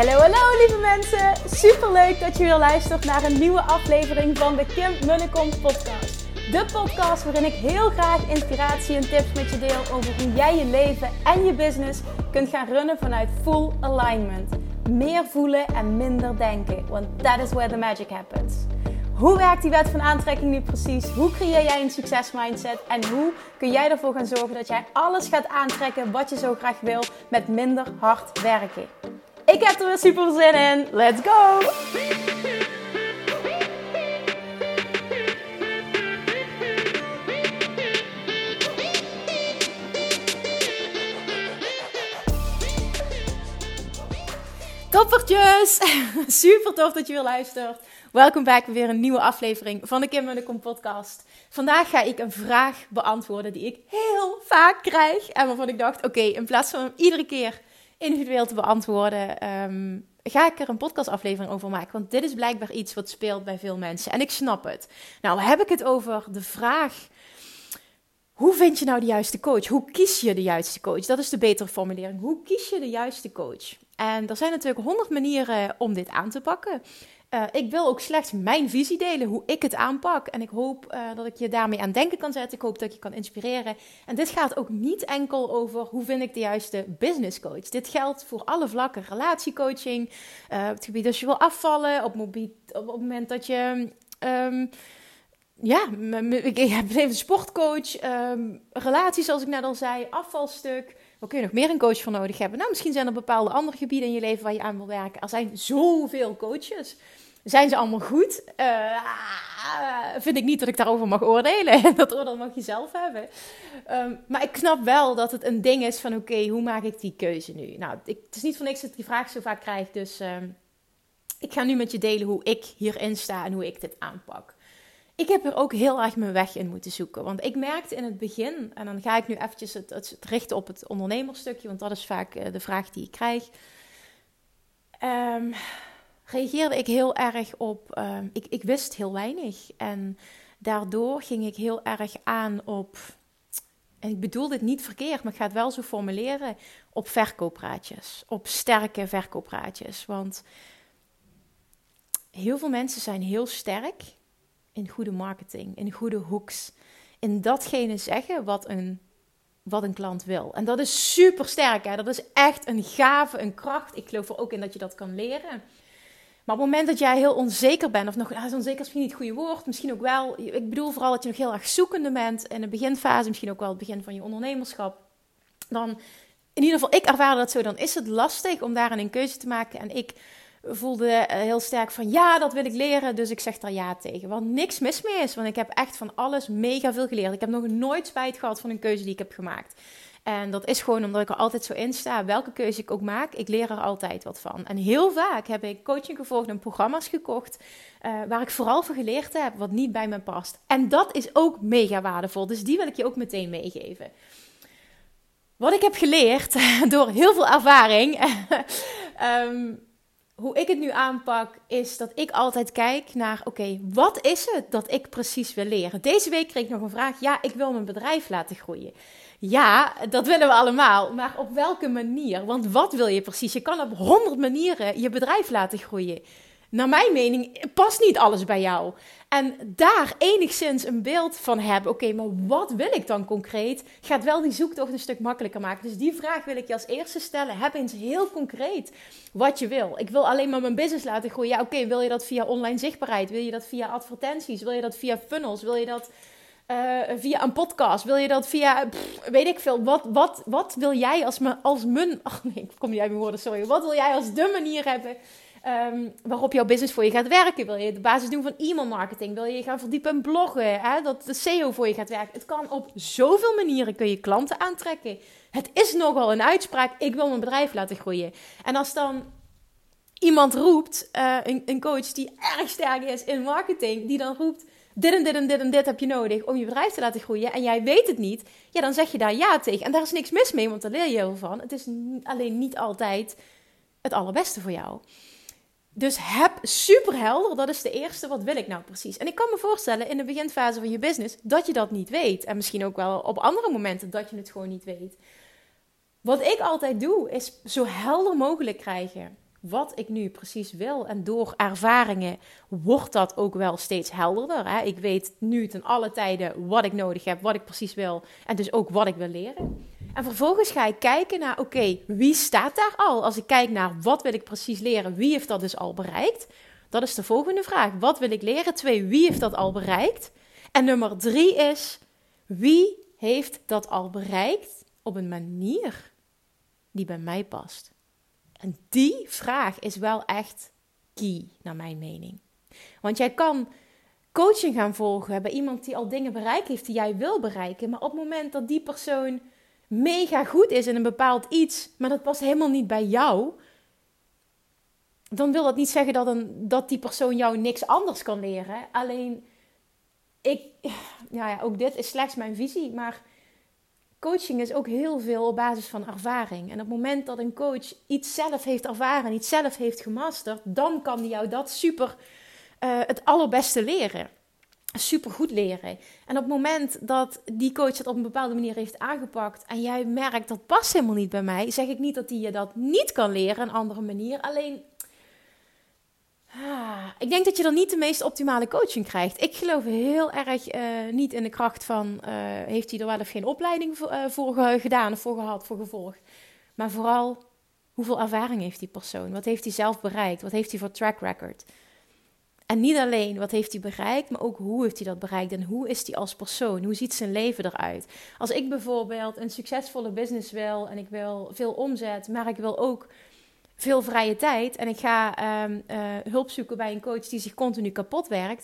Hallo, hallo lieve mensen. Superleuk dat je weer luistert naar een nieuwe aflevering van de Kim Munnekom podcast. De podcast waarin ik heel graag inspiratie en tips met je deel over hoe jij je leven en je business kunt gaan runnen vanuit full alignment. Meer voelen en minder denken, want that is where the magic happens. Hoe werkt die wet van aantrekking nu precies? Hoe creëer jij een succesmindset? En hoe kun jij ervoor gaan zorgen dat jij alles gaat aantrekken wat je zo graag wil met minder hard werken? Ik heb er weer super zin in. Let's go! Toppertjes! Super tof dat je weer luistert. Welkom bij weer een nieuwe aflevering van de Kim Munnekom podcast. Vandaag ga ik een vraag beantwoorden die ik heel vaak krijg. En waarvan ik dacht, oké, in plaats van hem iedere keer individueel te beantwoorden, ga ik er een podcastaflevering over maken. Want dit is blijkbaar iets wat speelt bij veel mensen. En ik snap het. Nou, heb ik het over de vraag: hoe vind je nou de juiste coach? Hoe kies je de juiste coach? Dat is de betere formulering. Hoe kies je de juiste coach? En er zijn natuurlijk 100 manieren om dit aan te pakken. Ik wil ook slechts mijn visie delen, hoe ik het aanpak. En ik hoop dat ik je daarmee aan denken kan zetten. Ik hoop dat ik je kan inspireren. En dit gaat ook niet enkel over hoe vind ik de juiste business coach. Dit geldt voor alle vlakken. Relatiecoaching, op het gebied als je wil afvallen, op het moment dat je... ik heb even een sportcoach, relaties zoals ik net al zei, afvalstuk. Waar kun je nog meer een coach voor nodig hebben? Nou, misschien zijn er bepaalde andere gebieden in je leven waar je aan wil werken. Er zijn zoveel coaches. Zijn ze allemaal goed? Vind ik niet dat ik daarover mag oordelen. Dat oordeel mag je zelf hebben. Maar ik snap wel dat het een ding is van oké, hoe maak ik die keuze nu? Nou, het is niet voor niks dat ik die vraag zo vaak krijg. Dus ik ga nu met je delen hoe ik hierin sta en hoe ik dit aanpak. Ik heb er ook heel erg mijn weg in moeten zoeken. Want ik merkte in het begin, en dan ga ik nu eventjes het richten op het ondernemerstukje, want dat is vaak de vraag die ik krijg. Reageerde ik heel erg op, ik wist heel weinig. En daardoor ging ik heel erg aan op, en ik bedoel dit niet verkeerd, maar ik ga het wel zo formuleren, op verkooppraatjes. Op sterke verkooppraatjes. Want heel veel mensen zijn heel sterk in goede marketing, in goede hooks, in datgene zeggen wat een klant wil. En dat is super sterk, hè? Dat is echt een gave, een kracht. Ik geloof er ook in dat je dat kan leren. Maar op het moment dat jij heel onzeker bent, of nog, onzeker is misschien niet het goede woord, misschien ook wel, ik bedoel vooral dat je nog heel erg zoekende bent, in de beginfase, misschien ook wel het begin van je ondernemerschap, dan, in ieder geval, ik ervaar dat zo, dan is het lastig om daarin een keuze te maken. En ik voelde heel sterk van ja, dat wil ik leren, dus ik zeg daar ja tegen. Wat niks mis mee is, want ik heb echt van alles mega veel geleerd. Ik heb nog nooit spijt gehad van een keuze die ik heb gemaakt. En dat is gewoon omdat ik er altijd zo in sta. Welke keuze ik ook maak, ik leer er altijd wat van. En heel vaak heb ik coaching gevolgd en programma's gekocht waar ik vooral voor geleerd heb wat niet bij me past. En dat is ook mega waardevol, dus die wil ik je ook meteen meegeven. Wat ik heb geleerd door heel veel ervaring, hoe ik het nu aanpak, is dat ik altijd kijk naar, oké, wat is het dat ik precies wil leren? Deze week kreeg ik nog een vraag. Ja, ik wil mijn bedrijf laten groeien. Ja, dat willen we allemaal. Maar op welke manier? Want wat wil je precies? Je kan op 100 manieren je bedrijf laten groeien. Naar mijn mening past niet alles bij jou. En daar enigszins een beeld van hebben. Oké, maar wat wil ik dan concreet? Gaat wel die zoektocht een stuk makkelijker maken. Dus die vraag wil ik je als eerste stellen. Heb eens heel concreet wat je wil. Ik wil alleen maar mijn business laten groeien. Ja, oké, wil je dat via online zichtbaarheid? Wil je dat via advertenties? Wil je dat via funnels? Wil je dat via een podcast? Wil je dat via, weet ik veel. Wat wil jij Wat wil jij als de manier hebben waarop jouw business voor je gaat werken? Wil je de basis doen van e-mailmarketing? Wil je gaan verdiepen in bloggen? Dat de SEO voor je gaat werken? Het kan op zoveel manieren, kun je klanten aantrekken. Het is nogal een uitspraak. Ik wil mijn bedrijf laten groeien. En als dan iemand roept, een coach die erg sterk is in marketing, die dan roept, dit en dit en dit en dit heb je nodig om je bedrijf te laten groeien, en jij weet het niet, ja, dan zeg je daar ja tegen. En daar is niks mis mee, want daar leer je heel van. Het is alleen niet altijd het allerbeste voor jou. Dus heb super helder, dat is de eerste, wat wil ik nou precies? En ik kan me voorstellen in de beginfase van je business dat je dat niet weet. En misschien ook wel op andere momenten dat je het gewoon niet weet. Wat ik altijd doe, is zo helder mogelijk krijgen wat ik nu precies wil. En door ervaringen wordt dat ook wel steeds helderder. Hè? Ik weet nu ten alle tijden wat ik nodig heb, wat ik precies wil. En dus ook wat ik wil leren. En vervolgens ga ik kijken naar, oké, wie staat daar al? Als ik kijk naar wat wil ik precies leren, wie heeft dat dus al bereikt? Dat is de volgende vraag. Wat wil ik leren? 2, wie heeft dat al bereikt? En nummer 3 is, wie heeft dat al bereikt op een manier die bij mij past? En die vraag is wel echt key, naar mijn mening. Want jij kan coaching gaan volgen bij iemand die al dingen bereikt heeft die jij wil bereiken. Maar op het moment dat die persoon mega goed is in een bepaald iets, maar dat past helemaal niet bij jou, dan wil dat niet zeggen dat die persoon jou niks anders kan leren. Alleen, ook dit is slechts mijn visie, maar coaching is ook heel veel op basis van ervaring. En op het moment dat een coach iets zelf heeft ervaren, iets zelf heeft gemasterd, dan kan die jou dat het allerbeste leren. Super goed leren. En op het moment dat die coach het op een bepaalde manier heeft aangepakt en jij merkt dat past helemaal niet bij mij, zeg ik niet dat die je dat niet kan leren, een andere manier. Alleen, ik denk dat je dan niet de meest optimale coaching krijgt. Ik geloof heel erg niet in de kracht van, heeft hij er wel of geen opleiding voor gedaan of voor gehad, voor gevolgd. Maar vooral, hoeveel ervaring heeft die persoon? Wat heeft hij zelf bereikt? Wat heeft hij voor track record? En niet alleen wat heeft hij bereikt, maar ook hoe heeft hij dat bereikt en hoe is hij als persoon? Hoe ziet zijn leven eruit? Als ik bijvoorbeeld een succesvolle business wil en ik wil veel omzet, maar ik wil ook veel vrije tijd en ik ga hulp zoeken bij een coach die zich continu kapot werkt,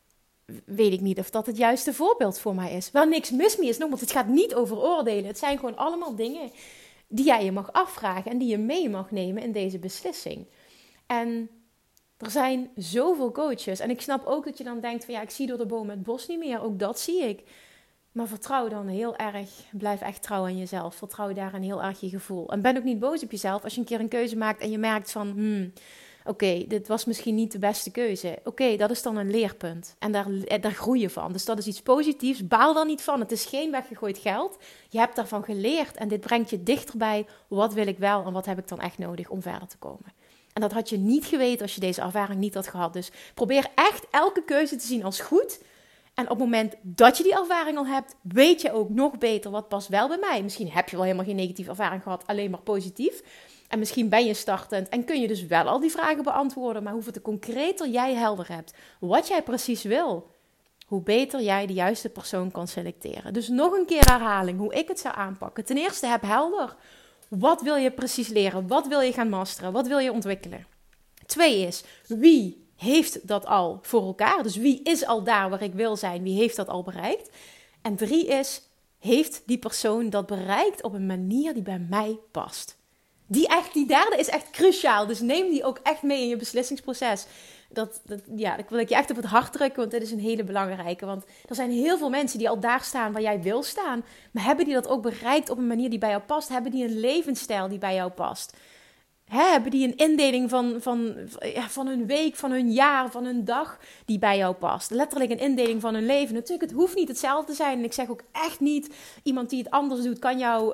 weet ik niet of dat het juiste voorbeeld voor mij is. Waar niks mis mee is, want het gaat niet over oordelen. Het zijn gewoon allemaal dingen die jij je mag afvragen en die je mee mag nemen in deze beslissing. En er zijn zoveel coaches. En ik snap ook dat je dan denkt van, ja, ik zie door de bomen het bos niet meer. Ook dat zie ik. Maar vertrouw dan heel erg. Blijf echt trouw aan jezelf. Vertrouw daarin heel erg je gevoel. En ben ook niet boos op jezelf als je een keer een keuze maakt en je merkt van, oké, dit was misschien niet de beste keuze. Oké, dat is dan een leerpunt. En daar groei je van. Dus dat is iets positiefs. Baal dan niet van. Het is geen weggegooid geld. Je hebt daarvan geleerd. En dit brengt je dichterbij. Wat wil ik wel en wat heb ik dan echt nodig om verder te komen? En dat had je niet geweten als je deze ervaring niet had gehad. Dus probeer echt elke keuze te zien als goed. En op het moment dat je die ervaring al hebt, weet je ook nog beter wat past wel bij mij. Misschien heb je wel helemaal geen negatieve ervaring gehad, alleen maar positief. En misschien ben je startend en kun je dus wel al die vragen beantwoorden. Maar hoeveel te concreter jij helder hebt wat jij precies wil, hoe beter jij de juiste persoon kan selecteren. Dus nog een keer herhaling hoe ik het zou aanpakken. Ten eerste heb helder. Wat wil je precies leren? Wat wil je gaan masteren? Wat wil je ontwikkelen? 2 is, wie heeft dat al voor elkaar? Dus wie is al daar waar ik wil zijn? Wie heeft dat al bereikt? En 3 is, heeft die persoon dat bereikt op een manier die bij mij past? Die derde is echt cruciaal. Dus neem die ook echt mee in je beslissingsproces. Dat wil ik je echt op het hart drukken, want dit is een hele belangrijke. Want er zijn heel veel mensen die al daar staan waar jij wil staan. Maar hebben die dat ook bereikt op een manier die bij jou past? Hebben die een levensstijl die bij jou past? Hebben die een indeling van hun week, van hun jaar, van hun dag die bij jou past? Letterlijk een indeling van hun leven. Natuurlijk, het hoeft niet hetzelfde te zijn. En ik zeg ook echt niet, iemand die het anders doet, kan jou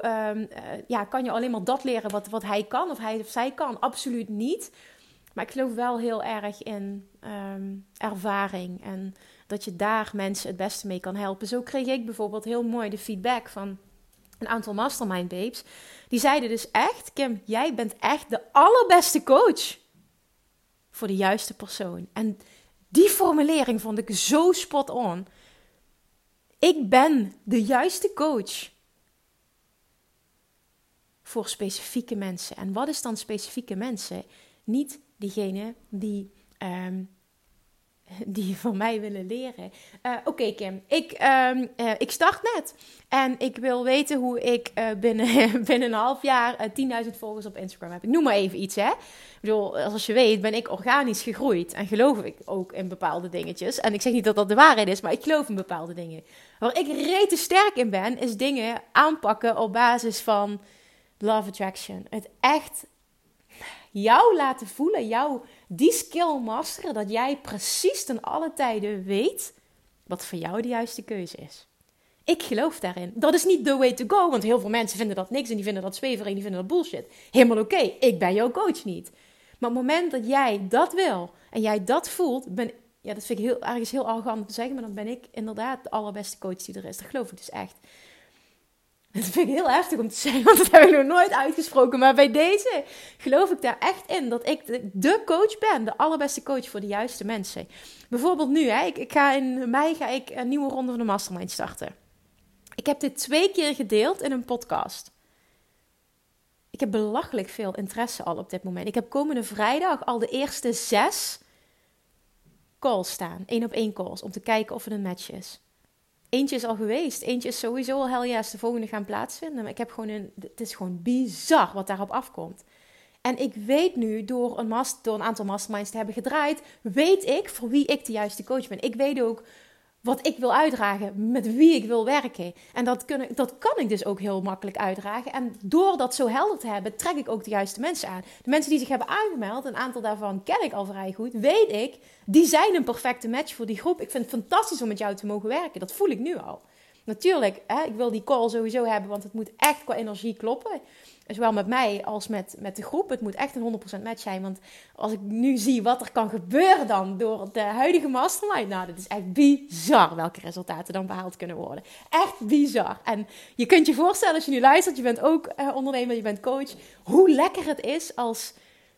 alleen maar dat leren wat hij kan of hij of zij kan. Absoluut niet. Maar ik geloof wel heel erg in ervaring en dat je daar mensen het beste mee kan helpen. Zo kreeg ik bijvoorbeeld heel mooi de feedback van een aantal mastermind babes. Die zeiden dus echt, Kim, jij bent echt de allerbeste coach voor de juiste persoon. En die formulering vond ik zo spot on. Ik ben de juiste coach voor specifieke mensen. En wat is dan specifieke mensen? Niet diegene die van mij willen leren. Oké, Kim, ik start net. En ik wil weten hoe ik binnen een half jaar 10.000 volgers op Instagram heb. Ik noem maar even iets, hè. Ik bedoel, als je weet, ben ik organisch gegroeid. En geloof ik ook in bepaalde dingetjes. En ik zeg niet dat dat de waarheid is, maar ik geloof in bepaalde dingen. Waar ik rete sterk in ben, is dingen aanpakken op basis van love attraction. Het echt jou laten voelen, die skill masteren, dat jij precies ten alle tijden weet wat voor jou de juiste keuze is. Ik geloof daarin. Dat is niet the way to go, want heel veel mensen vinden dat niks en die vinden dat zweverig en die vinden dat bullshit. Helemaal oké, ik ben jouw coach niet. Maar op het moment dat jij dat wil en jij dat voelt, dat vind ik ergens heel arrogant om te zeggen, maar dan ben ik inderdaad de allerbeste coach die er is. Dat geloof ik dus echt. Dat vind ik heel heftig om te zeggen, want dat heb ik nog nooit uitgesproken. Maar bij deze geloof ik daar echt in dat ik de coach ben. De allerbeste coach voor de juiste mensen. Bijvoorbeeld nu, in mei ga ik een nieuwe ronde van de Mastermind starten. Ik heb dit 2 keer gedeeld in een podcast. Ik heb belachelijk veel interesse al op dit moment. Ik heb komende vrijdag al de eerste 6 calls staan. 1-op-1 calls, om te kijken of het een match is. Eentje is al geweest. Eentje is sowieso al hell yes, de volgende gaan plaatsvinden. Maar ik heb het is gewoon bizar wat daarop afkomt. En ik weet nu, door een aantal masterminds te hebben gedraaid, weet ik voor wie ik de juiste coach ben. Ik weet ook wat ik wil uitdragen, met wie ik wil werken. En dat kan ik dus ook heel makkelijk uitdragen. En door dat zo helder te hebben, trek ik ook de juiste mensen aan. De mensen die zich hebben aangemeld, een aantal daarvan ken ik al vrij goed, weet ik, die zijn een perfecte match voor die groep. Ik vind het fantastisch om met jou te mogen werken. Dat voel ik nu al. Natuurlijk, ik wil die call sowieso hebben, want het moet echt qua energie kloppen. Zowel met mij als met de groep. Het moet echt een 100% match zijn. Want als ik nu zie wat er kan gebeuren dan door de huidige mastermind. Nou, dat is echt bizar welke resultaten dan behaald kunnen worden. Echt bizar. En je kunt je voorstellen als je nu luistert. Je bent ook ondernemer, je bent coach. Hoe lekker het is als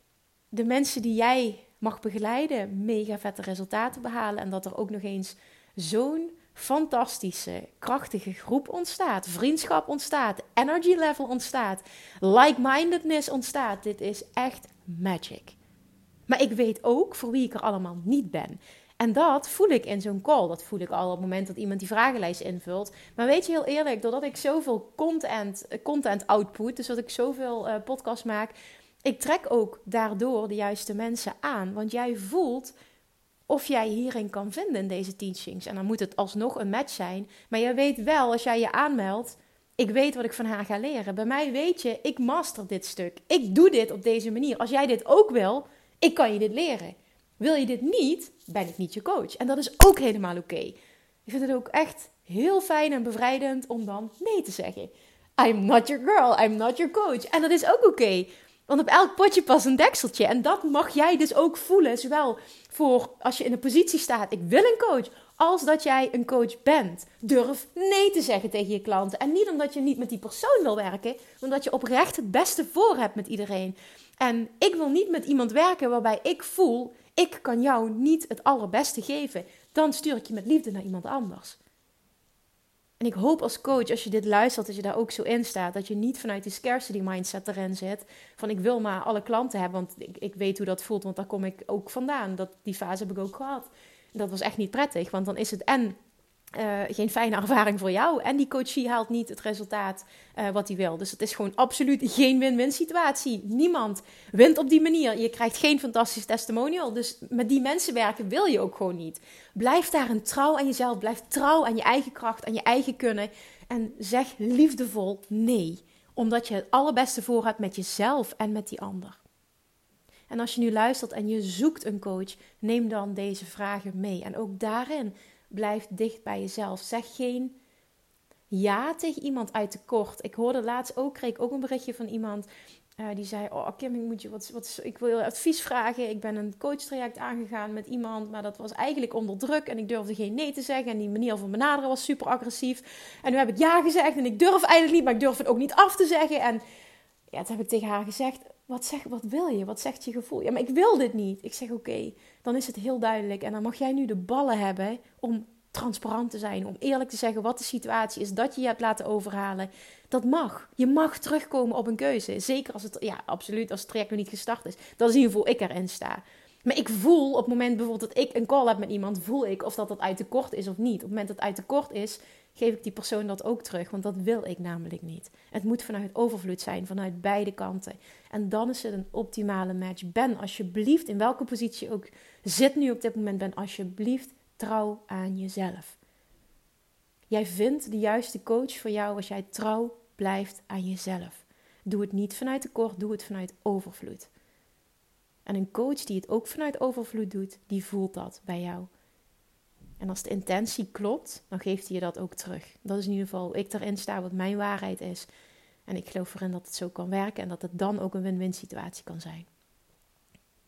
de mensen die jij mag begeleiden mega vette resultaten behalen. En dat er ook nog eens zo'n fantastische, krachtige groep ontstaat. Vriendschap ontstaat. Energy level ontstaat. Like-mindedness ontstaat. Dit is echt magic. Maar ik weet ook voor wie ik er allemaal niet ben. En dat voel ik in zo'n call. Dat voel ik al op het moment dat iemand die vragenlijst invult. Maar weet je, heel eerlijk, doordat ik zoveel content output, dus dat ik zoveel podcasts maak, ik trek ook daardoor de juiste mensen aan. Want jij voelt of jij hierin kan vinden in deze teachings. En dan moet het alsnog een match zijn. Maar je weet wel, als jij je aanmeldt, ik weet wat ik van haar ga leren. Bij mij weet je, ik master dit stuk. Ik doe dit op deze manier. Als jij dit ook wil, ik kan je dit leren. Wil je dit niet, ben ik niet je coach. En dat is ook helemaal oké. Ik vind het ook echt heel fijn en bevrijdend om dan nee te zeggen. I'm not your girl, I'm not your coach. En dat is ook oké. Want op elk potje past een dekseltje. En dat mag jij dus ook voelen. Zowel voor als je in een positie staat, ik wil een coach. Als dat jij een coach bent. Durf nee te zeggen tegen je klanten. En niet omdat je niet met die persoon wil werken. Maar omdat je oprecht het beste voor hebt met iedereen. En ik wil niet met iemand werken waarbij ik voel, ik kan jou niet het allerbeste geven. Dan stuur ik je met liefde naar iemand anders. En ik hoop als coach, als je dit luistert, dat je daar ook zo in staat. Dat je niet vanuit die scarcity mindset erin zit. Van ik wil maar alle klanten hebben, want ik weet hoe dat voelt. Want daar kom ik ook vandaan. Die fase heb ik ook gehad. Dat was echt niet prettig, want dan is het geen fijne ervaring voor jou. En die coachie haalt niet het resultaat wat hij wil. Dus het is gewoon absoluut geen win-win situatie. Niemand wint op die manier. Je krijgt geen fantastisch testimonial. Dus met die mensen werken wil je ook gewoon niet. Blijf daarin trouw aan jezelf. Blijf trouw aan je eigen kracht, aan je eigen kunnen. En zeg liefdevol nee. Omdat je het allerbeste voor hebt met jezelf en met die ander. En als je nu luistert en je zoekt een coach, neem dan deze vragen mee. En ook daarin blijf dicht bij jezelf. Zeg geen ja tegen iemand uit tekort. Ik hoorde laatst ook, kreeg ik ook een berichtje van iemand die zei: oh Kim, ik moet je ik wil je advies vragen. Ik ben een coachtraject aangegaan met iemand, maar dat was eigenlijk onder druk en ik durfde geen nee te zeggen. En die manier van benaderen was super agressief. En nu heb ik ja gezegd en ik durf eigenlijk niet, maar ik durf het ook niet af te zeggen. En ja, toen heb ik tegen haar gezegd: wat wil je? Wat zegt je gevoel? Ja, maar ik wil dit niet. Ik zeg oké, dan is het heel duidelijk. En dan mag jij nu de ballen hebben om transparant te zijn. Om eerlijk te zeggen wat de situatie is. Dat je hebt laten overhalen. Dat mag. Je mag terugkomen op een keuze. Zeker als absoluut als het traject nog niet gestart is. Dat is in ieder geval ik erin sta. Maar ik voel op het moment bijvoorbeeld dat ik een call heb met iemand, voel ik of dat uit tekort is of niet. Op het moment dat het uit tekort is, geef ik die persoon dat ook terug. Want dat wil ik namelijk niet. Het moet vanuit overvloed zijn, vanuit beide kanten. En dan is het een optimale match. Ben alsjeblieft, in welke positie je ook zit nu op dit moment, ben alsjeblieft trouw aan jezelf. Jij vindt de juiste coach voor jou als jij trouw blijft aan jezelf. Doe het niet vanuit tekort, doe het vanuit overvloed. En een coach die het ook vanuit overvloed doet, die voelt dat bij jou. En als de intentie klopt, dan geeft hij je dat ook terug. Dat is in ieder geval hoe ik erin sta, wat mijn waarheid is. En ik geloof erin dat het zo kan werken en dat het dan ook een win-win situatie kan zijn.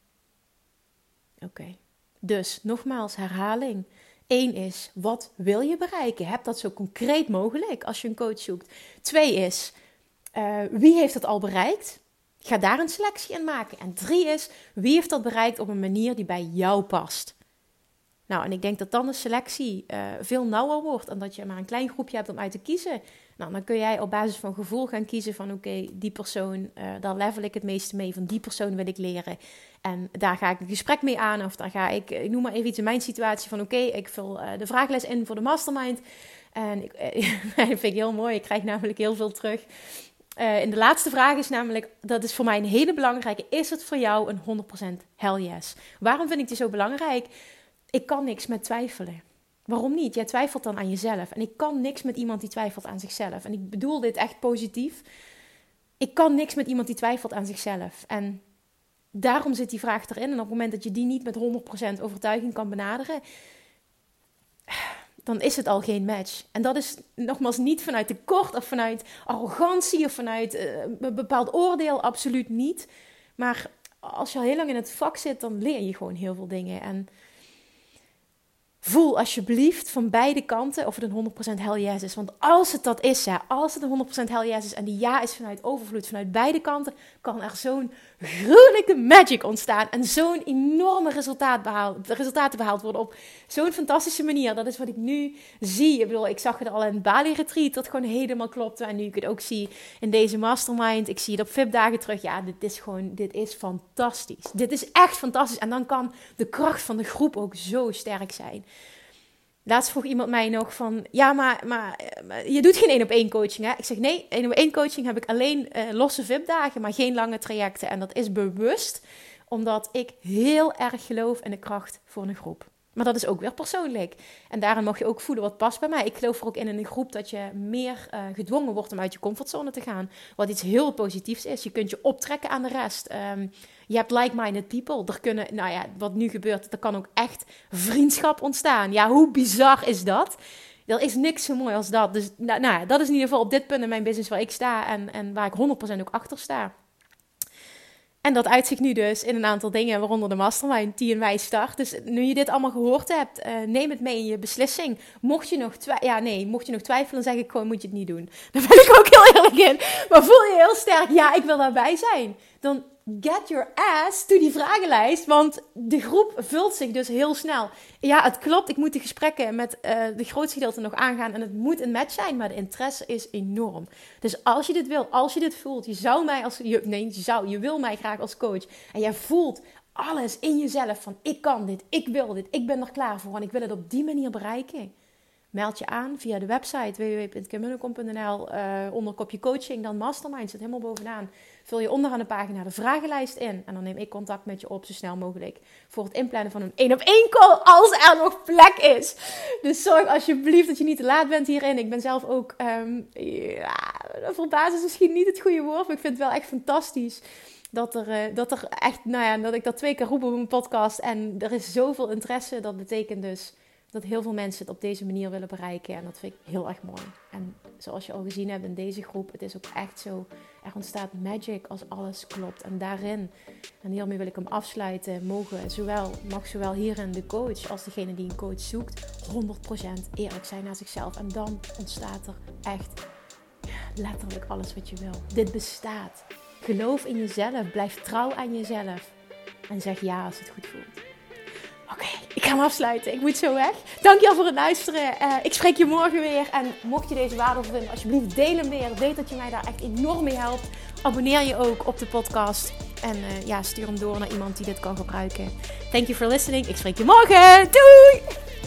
Oké. Dus, nogmaals, herhaling. 1 is, wat wil je bereiken? Heb dat zo concreet mogelijk als je een coach zoekt. 2 is, wie heeft dat al bereikt? Ga daar een selectie in maken. En 3 is, wie heeft dat bereikt op een manier die bij jou past? Nou, en ik denk dat dan de selectie veel nauwer wordt. En dat je maar een klein groepje hebt om uit te kiezen. Nou, dan kun jij op basis van gevoel gaan kiezen van oké, die persoon, daar level ik het meeste mee. Van die persoon wil ik leren. En daar ga ik een gesprek mee aan. Of dan ga ik noem maar even iets in mijn situatie van oké, ik vul de vraagles in voor de mastermind. En dat vind ik heel mooi. Ik krijg namelijk heel veel terug. En de laatste vraag is namelijk, dat is voor mij een hele belangrijke. Is het voor jou een 100% hell yes? Waarom vind ik die zo belangrijk? Ik kan niks met twijfelen. Waarom niet? Jij twijfelt dan aan jezelf. En ik kan niks met iemand die twijfelt aan zichzelf. En ik bedoel dit echt positief. Ik kan niks met iemand die twijfelt aan zichzelf. En daarom zit die vraag erin. En op het moment dat je die niet met 100% overtuiging kan benaderen, dan is het al geen match. En dat is nogmaals niet vanuit tekort of vanuit arrogantie of vanuit een bepaald oordeel. Absoluut niet. Maar als je al heel lang in het vak zit, dan leer je gewoon heel veel dingen. En voel alsjeblieft van beide kanten of het een 100% hell yes is. Want als het dat is, als het een 100% hell yes is en die ja is vanuit overvloed, vanuit beide kanten, kan er zo'n gruwelijke magic ontstaan. En zo'n enorme resultaten behaald worden op zo'n fantastische manier. Dat is wat ik nu zie. Ik bedoel, ik zag het al in het Bali Retreat, dat gewoon helemaal klopte. En nu ik het ook zie in deze mastermind. Ik zie het op VIP-dagen terug. Ja, dit is fantastisch. Dit is echt fantastisch. En dan kan de kracht van de groep ook zo sterk zijn. Laatst vroeg iemand mij nog van, ja, maar je doet geen 1-op-1 coaching, hè? Ik zeg, nee, 1-op-1 coaching heb ik alleen losse VIP-dagen, maar geen lange trajecten. En dat is bewust, omdat ik heel erg geloof in de kracht voor een groep. Maar dat is ook weer persoonlijk. En daarin mag je ook voelen wat past bij mij. Ik geloof er ook in een groep dat je meer gedwongen wordt om uit je comfortzone te gaan. Wat iets heel positiefs is. Je kunt je optrekken aan de rest. Je hebt like-minded people. Er kunnen, nou ja, wat nu gebeurt, er kan ook echt vriendschap ontstaan. Ja, hoe bizar is dat? Er is niks zo mooi als dat. Dus nou, dat is in ieder geval op dit punt in mijn business waar ik sta. En waar ik 100% ook achter sta. En dat uitzicht nu dus in een aantal dingen, waaronder de mastermind die in mei start. Dus nu je dit allemaal gehoord hebt, neem het mee in je beslissing. Mocht je nog twijfelen, dan zeg ik gewoon, moet je het niet doen. Daar ben ik ook heel eerlijk in. Maar voel je heel sterk, ja, ik wil daarbij zijn. Dan get your ass to die vragenlijst, want de groep vult zich dus heel snel. Ja, het klopt, ik moet de gesprekken met de grootste gedeelte nog aangaan en het moet een match zijn, maar de interesse is enorm. Dus als je dit wil, als je dit voelt, je wil mij graag als coach en jij voelt alles in jezelf van ik kan dit, ik wil dit, ik ben er klaar voor en ik wil het op die manier bereiken. Meld je aan via de website www.kimmunnekom.nl onder kopje coaching, dan mastermind, zit helemaal bovenaan. Vul je onderaan de pagina de vragenlijst in en dan neem ik contact met je op zo snel mogelijk voor het inplannen van een 1-op-1 call als er nog plek is. Dus zorg alsjeblieft dat je niet te laat bent hierin. Ik ben zelf ook, verbaasd is misschien niet het goede woord, maar ik vind het wel echt fantastisch. Dat ik dat 2 keer roep op een podcast en er is zoveel interesse. Dat betekent dus dat heel veel mensen het op deze manier willen bereiken. En dat vind ik heel erg mooi. En zoals je al gezien hebt in deze groep, het is ook echt zo. Er ontstaat magic als alles klopt. En daarin, en hiermee wil ik hem afsluiten, mag zowel hierin de coach als degene die een coach zoekt 100% eerlijk zijn naar zichzelf. En dan ontstaat er echt letterlijk alles wat je wil. Dit bestaat. Geloof in jezelf. Blijf trouw aan jezelf. En zeg ja als het goed voelt. Oké, ik ga hem afsluiten. Ik moet zo weg. Dankjewel voor het luisteren. Ik spreek je morgen weer. En mocht je deze waardevol vinden, alsjeblieft deel hem weer. Weet dat je mij daar echt enorm mee helpt. Abonneer je ook op de podcast. En stuur hem door naar iemand die dit kan gebruiken. Thank you for listening. Ik spreek je morgen. Doei!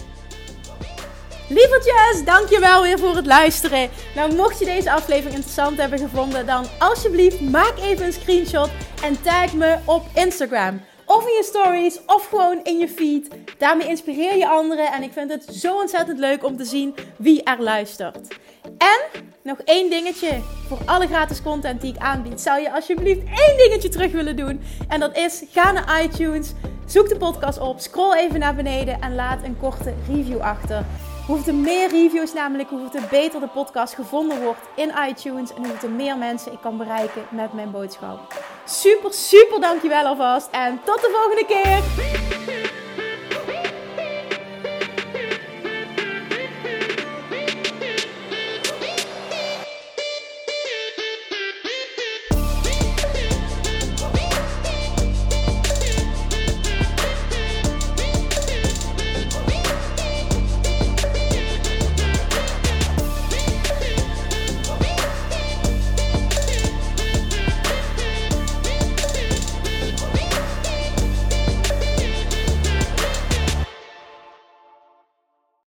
Lievertjes, dankjewel weer voor het luisteren. Nou, mocht je deze aflevering interessant hebben gevonden, dan alsjeblieft maak even een screenshot en tag me op Instagram. Of in je stories, of gewoon in je feed. Daarmee inspireer je anderen en ik vind het zo ontzettend leuk om te zien wie er luistert. En nog 1 dingetje. Voor alle gratis content die ik aanbied, zou je alsjeblieft 1 dingetje terug willen doen. En dat is, ga naar iTunes, zoek de podcast op, scroll even naar beneden en laat een korte review achter. Hoeveel meer reviews namelijk, hoeveel beter de podcast gevonden wordt in iTunes. En hoeveel meer mensen ik kan bereiken met mijn boodschap. Super, super dankjewel alvast. En tot de volgende keer.